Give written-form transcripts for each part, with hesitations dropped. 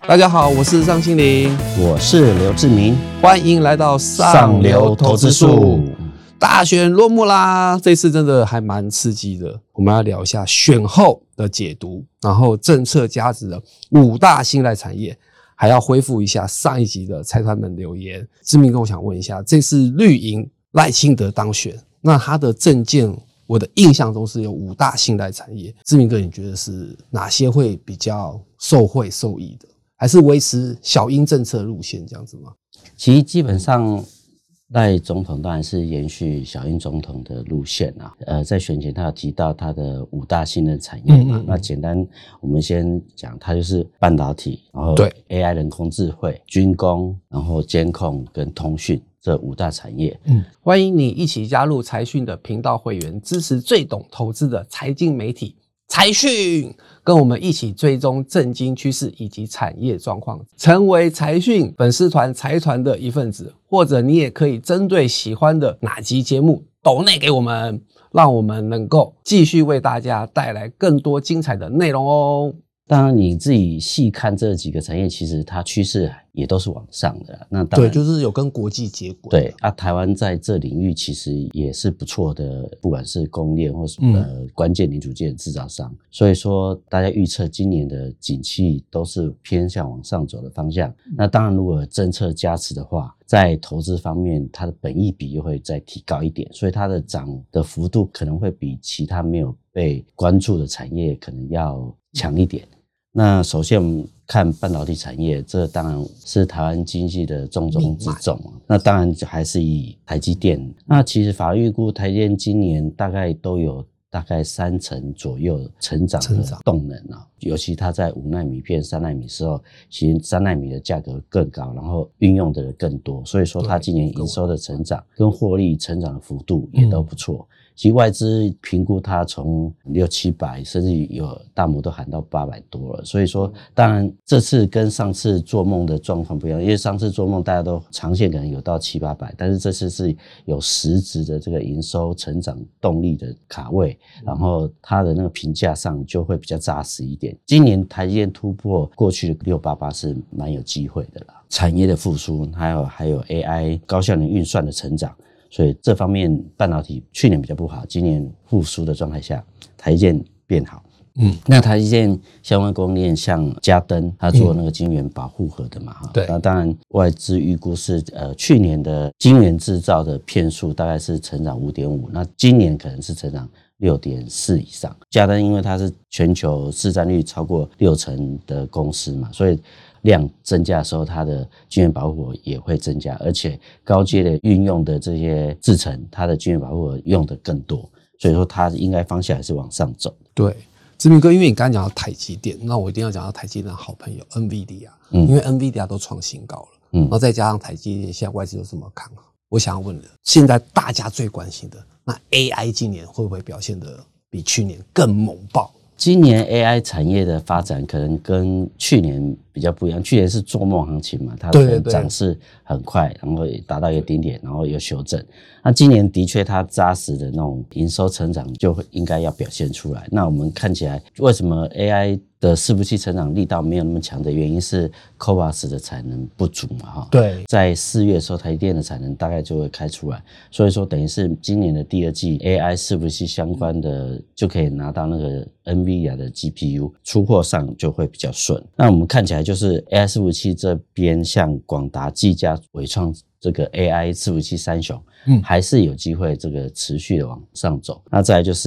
大家好，我是张清林， 我是刘志明， 欢迎来到上流投资术。大选落幕啦，这次真的还蛮刺激的。我们要聊一下选后的解读，然后政策价值的5大信赖产业，还要恢复一下上一集的财团们留言。志明哥，我想问一下，这次绿营赖清德当选，那他的政见我的印象中是有5大信赖产业，志明哥你觉得是哪些会比较受惠受益的？还是维持小英政策路线这样子吗？ 其实基本上赖总统当然是延续小英总统的路线啊。在选前他有提到他的5大信任产业嘛，那简单我们先讲，它就是半导体，然后 AI 人工智慧、军工，然后监控跟通讯这5大产业。 欢迎你一起加入财讯的频道会员，支持最懂投资的财经媒体财讯，跟我们一起追踪政经趋势以及产业状况，成为财讯粉丝团财团的一份子。或者你也可以针对喜欢的哪集节目抖内给我们，让我们能够继续为大家带来更多精彩的内容哦。 当然你自己细看这几个产业，其实它趋势也都是往上的。那当然对，就是有跟国际接轨。 对啊，台湾在这领域其实也是不错的，不管是供应链或是关键零组件制造商。所以说大家预测今年的景气都是偏向往上走的方向。那当然如果政策加持的话，在投资方面它的本益比又会再提高一点，所以它的涨的幅度可能会比其他没有被关注的产业可能要强一点。那首先我们看半导体产业，这当然是台湾经济的重中之重。那当然还是以台积电。那其实法人预估台积电今年大概都有大概30%左右成长的动能啊。尤其它在5奈米片3奈米的时候，其实3奈米的价格更高，然后运用的人更多，所以说它今年营收的成长跟获利成长的幅度也都不错。其实外资评估它从600-700，甚至有大摩都喊到800多了。所以说，当然这次跟上次做梦的状况不一样，因为上次做梦大家都长线可能有到700-800，但是这次是有实质的这个营收成长动力的卡位，然后它的那个评价上就会比较扎实一点。今年台积电突破过去的688是蛮有机会的啦，产业的复苏，还有 AI 高效能运算的成长。所以这方面半导体去年比较不好，今年复苏的状态下，台积电变好。那台积电相关供应链像嘉登，它做那个晶圆保护盒的嘛， 对。 那当然外资预估是去年的晶圆制造的片数大概是成长 5.5%， 那今年可能是成长 6.4 以上。嘉登因为它是全球市占率超过60%的公司嘛，所以量增加的时候，它的晶圆保护盒也会增加，而且高阶的运用的这些制程，它的晶圆保护盒用的更多，所以说它应该方向还是往上走。 对，志明哥，因为你刚才讲到台积电，那我一定要讲到台积电的好朋友 NVIDIA，因为 NVIDIA 都创新高了，然后再加上台积电现在外资又这么看好，我想要问的，现在大家最关心的，那 AI 今年会不会表现得比去年更猛爆？ 今年 AI 产业的发展可能跟去年比较不一样，去年是做梦行情嘛，它的涨势很快，然后达到一个顶点，然后又修正。那今年的确它扎实的那种营收成长就会应该要表现出来。那我们看起来为什么 AI 的伺服器成长力道没有那么强的原因是 CoWoS 的产能不足嘛， 对， 在4月的时候台积电的产能大概就会开出来，所以说等于是今年的第2季 AI 伺服器相关的就可以拿到那个 NVIDIA 的 GPU 出货上就会比较顺。那我们看起来就是 AI 伺服器这边像广达、技嘉、伟创这个 AI 伺服器三雄还是有机会这个持续的往上走。那再来就是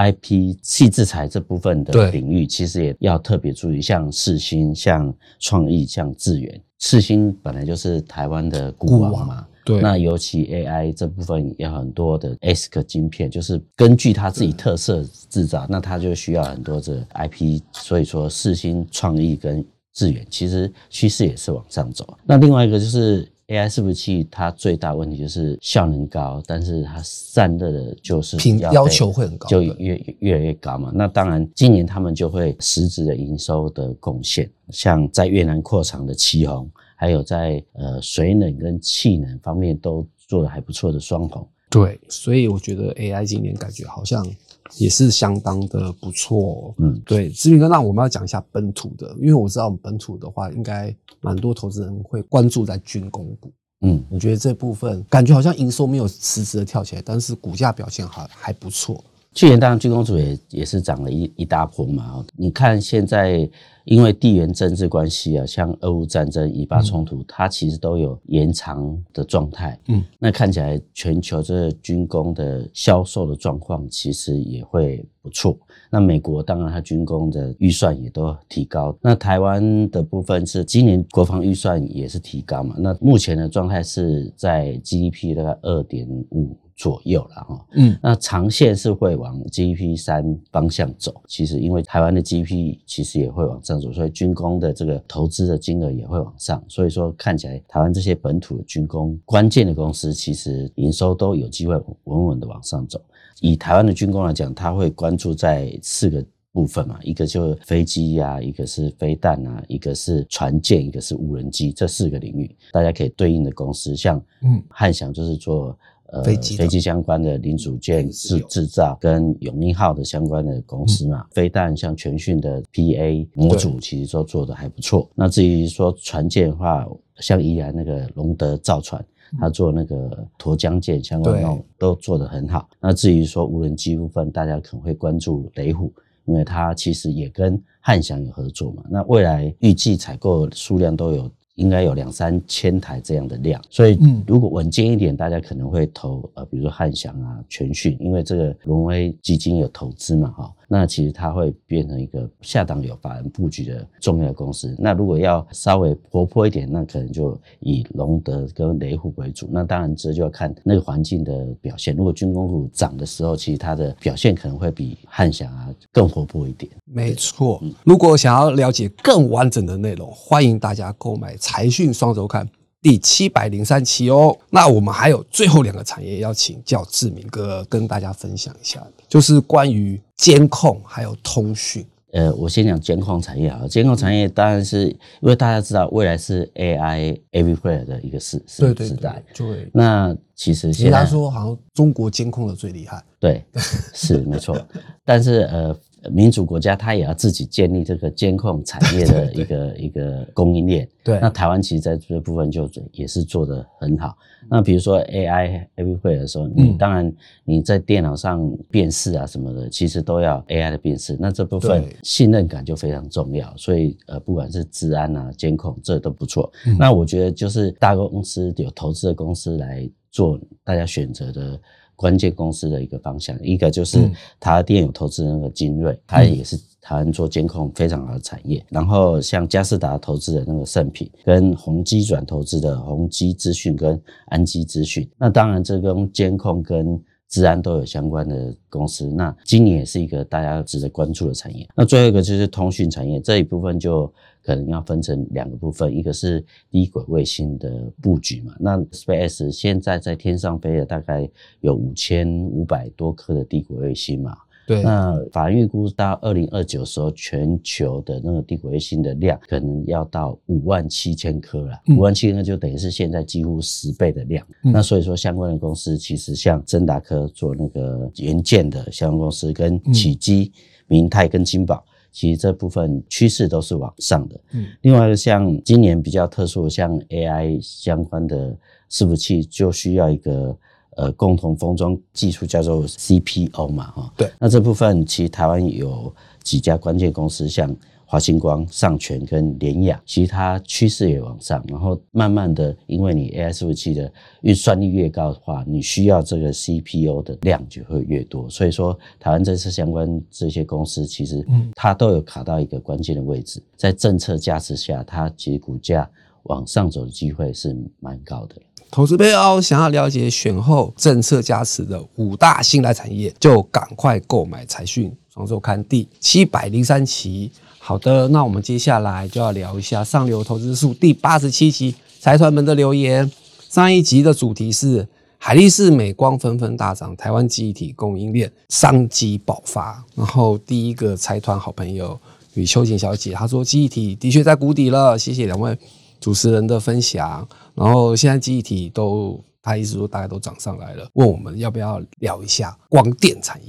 IP 矽智财这部分的领域，其实也要特别注意，像世芯、像创意、像智原。世芯本来就是台湾的股王嘛，对。那尤其 AI 这部分也有很多的 ASIC 晶片，就是根据它自己特色制造，那它就需要很多的 IP， 所以说世芯、创意跟智原其实趋势也是往上走。那另外一个就是AI 伺服器它最大问题就是效能高，但是它散热的就是要求会很高， 就越来越高嘛。那当然今年他们就会实质的营收的贡献，像在越南扩厂的奇鋐，还有在水冷跟气冷方面都做得还不错的双红。 对，所以我觉得 AI 今年感觉好像也是相当的不错。对，志明哥，那我们要讲一下本土的，因为我知道我们本土的话，应该蛮多投资人会关注在军工股。我觉得这部分感觉好像营收没有实质的跳起来，但是股价表现还不错。 去年当然军工股也是涨了一大波嘛。你看现在因为地缘政治关系啊，像俄乌战争、以巴冲突，它其实都有延长的状态。那看起来全球这军工的销售的状况其实也会不错。那美国当然它军工的预算也都提高，那台湾的部分是今年国防预算也是提高嘛。那目前的状态是在 GDP 大概 2.5左右啦那长线是会往 GDP 3方向走，其实因为台湾的 GDP 其实也会往上走，所以军工的这个投资的金额也会往上，所以说看起来台湾这些本土的军工关键的公司其实营收都有机会稳稳的往上走。以台湾的军工来讲，它会关注在4个部分嘛，一个就是飞机啊，一个是飞弹啊，一个是船舰，一个是无人机，这4个领域大家可以对应的公司，像汉翔就是做飞机相关的零组件制造，跟永鹰号的相关的公司嘛。飞弹像全讯的 PA 模组其实都做得还不错。那至于说船舰的话，像宜兰那个龙德造船，他做那个沱江舰相关的都做得很好。那至于说无人机部分，大家可能会关注雷虎，因为它其实也跟汉翔有合作嘛。那未来预计采购数量都有应该有2-3千台这样的量，所以如果稳健一点，大家可能会投比如说汉翔啊、全讯，因为这个伦威基金有投资嘛那其实它会变成一个下档有法人布局的重要的公司。那如果要稍微活泼一点，那可能就以龙德跟雷虎为主。那当然这就要看那个环境的表现。如果军工股涨的时候，其实它的表现可能会比汉翔啊更活泼一点。 没错，如果想要了解更完整的内容，欢迎大家购买财讯双周刊第703期哦。那我们还有最后2个产业要请教志明哥跟大家分享一下，就是关于监控还有通讯。 我先讲监控产业好了。监控产业当然是因为大家知道未来是 AI everywhere 的一个时代， 对。 那其实现在人家说好像中国监控的最厉害， 对，是没错。但是民主国家它也要自己建立这个监控产业的一个供应链。 对， 那台湾其实在这部分就也是做得很好。那比如说 AI everywhere 的时候，当然你在电脑上辨识啊什么的，其实都要 AI 的辨识。那这部分信任感就非常重要，所以不管是治安啊、监控，这都不错。那我觉得就是大公司有投资的公司来做大家选择的关键公司的一个方向。一个就是台积电有投资的那个精锐，它也是台湾做监控非常好的产业。然后像佳士达投资的那个盛品，跟宏基转投资的宏基资讯跟安基资讯，那当然这跟监控跟治安都有相关的公司，那今年也是一个大家值得关注的产业。那最后一个就是通讯产业，这一部分就可能要分成2个部分，一个是低轨卫星的布局嘛。那 SpaceX 现在在天上飞的大概有5500多颗的低轨卫星嘛。 对， 那法人预估到2029的时候，全球的那个低轨卫星的量可能要到57000颗啦，57000颗就等于是现在几乎10倍的量。那所以说相关的公司，其实像真达科做那个元件的相关公司，跟启基、明泰跟金宝，其实这部分趋势都是往上的。另外像今年比较特殊的，像 AI 相关的伺服器，就需要一个共同封装技术叫做 CPO 嘛对。 那这部分其实台湾有几家关键公司，像华星光、上全跟联亚，其实它趋势也往上，然后慢慢的，因为你 AI 伺服器的运算力越高的话，你需要这个 CPO 的量就会越多。所以说台湾这次相关这些公司，其实它都有卡到一个关键的位置，在政策加持下，它其实股价往上走的机会是蛮高的。 投资朋友想要了解选后政策加持的5大新来产业，就赶快购买财讯双周刊第703期。好的，那我们接下来就要聊一下上流投资术第87期财团们的留言。上一集的主题是海力士、美光纷纷大涨，台湾记忆体供应链商机爆发。然后第一个财团好朋友吕秋瑾小姐，她说记忆体的确在谷底了，谢谢2位主持人的分享。然后现在记忆体都，他意思说大概都涨上来了，问我们要不要聊一下光电产业。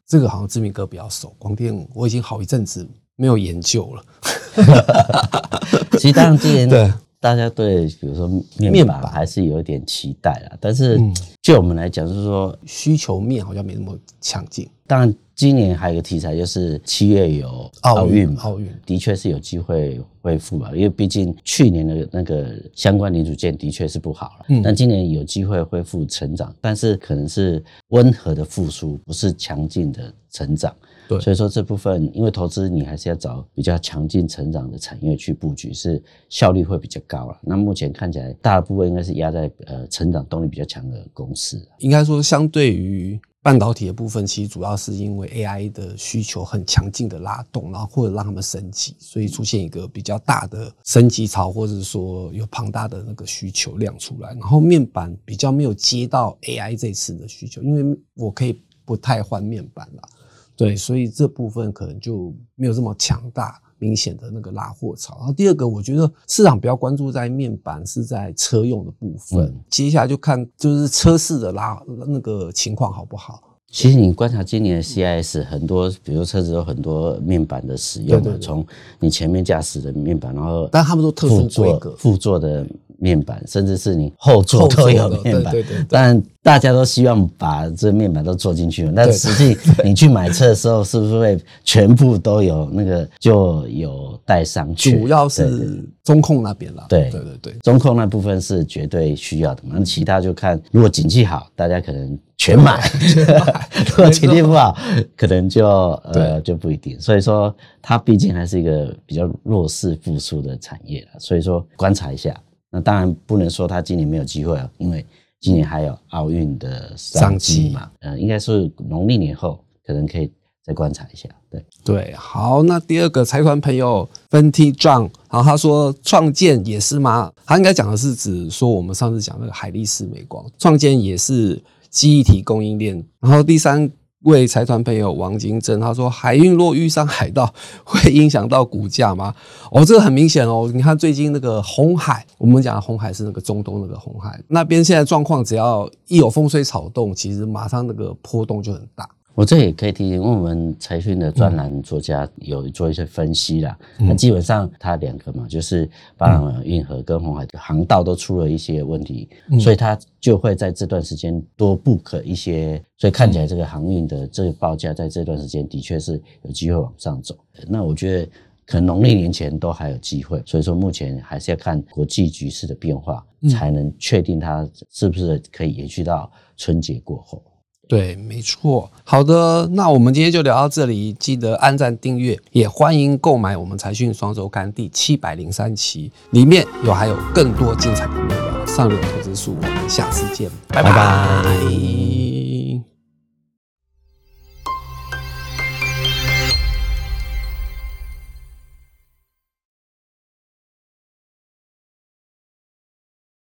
这个好像志明哥比较熟，广电我已经好一阵子没有研究了。 其实当然今年对大家对比如说面板还是有一点期待啦，但是就我们来讲，就是说需求面好像没那么强劲。 当然今年还有一个题材就是7月有奥运嘛， 奥运的确是有机会恢复吧，因为毕竟去年的那个相关零组件的确是不好了，但今年有机会恢复成长，但是可能是温和的复苏，不是强劲的成长。 对， 所以说这部分因为投资你还是要找比较强劲成长的产业去布局，是效率会比较高了。那目前看起来大部分应该是压在成长动力比较强的公司。 应该说相对于半导体的部分，其实主要是因为 AI 的需求很强劲的拉动，然后或者让他们升级，所以出现一个比较大的升级潮，或者说有庞大的那个需求量出来。然后面板比较没有接到 AI 这次的需求，因为我可以不太换面板啦。对，所以这部分可能就没有这么强大明显的那个拉货潮。然后第二个，我觉得市场比较关注在面板是在车用的部分，接下来就看就是车市的那个情况好不好。 其实你观察今年的 CIS 很多，比如车子有很多面板的使用嘛，从你前面驾驶的面板，然后但他们都特殊规格， 副座的面板，甚至是你后座都有面板。 对， 但大家都希望把这面板都做进去，但实际你去买车的时候，是不是会全部都有那个就有带上去？ 主要是中控那边啦。对， 中控那部分是绝对需要的嘛。那其他就看，如果景气好，大家可能全买；如果景气不好，可能就不一定。所以说，它毕竟还是一个比较弱势复苏的产业啦。所以说，观察一下。那当然不能说它今年没有机会啊，因为今年还有奥运的商机嘛，应该是农历年后可能可以再观察一下。 对，好，那第二个财团朋友分梯账，然后他说创建也是吗？他应该讲的是指说我们上次讲那个海力士美光，创建也是记忆体供应链。然后第三位财团朋友王金珍，他说海运若遇上海盗会影响到股价吗？这个很明显哦，你看最近那个红海，我们讲的红海是那个中东那个红海那边，现在状况只要一有风吹草动，其实马上那个波动就很大。 我这也可以提醒，因为我们财讯的专栏作家有做一些分析啦。那基本上它两个嘛，就是巴拿马运河跟红海的航道都出了一些问题，所以它就会在这段时间多 book 一些，所以看起来这个航运的这个报价在这段时间的确是有机会往上走。那我觉得可能农历年前都还有机会，所以说目前还是要看国际局势的变化，才能确定它是不是可以延续到春节过后。 对，没错。好的，那我们今天就聊到这里，记得按赞订阅，也欢迎购买我们财讯双周刊第703期，里面还有更多精彩的内容。上流投资术，我们下次见，拜拜。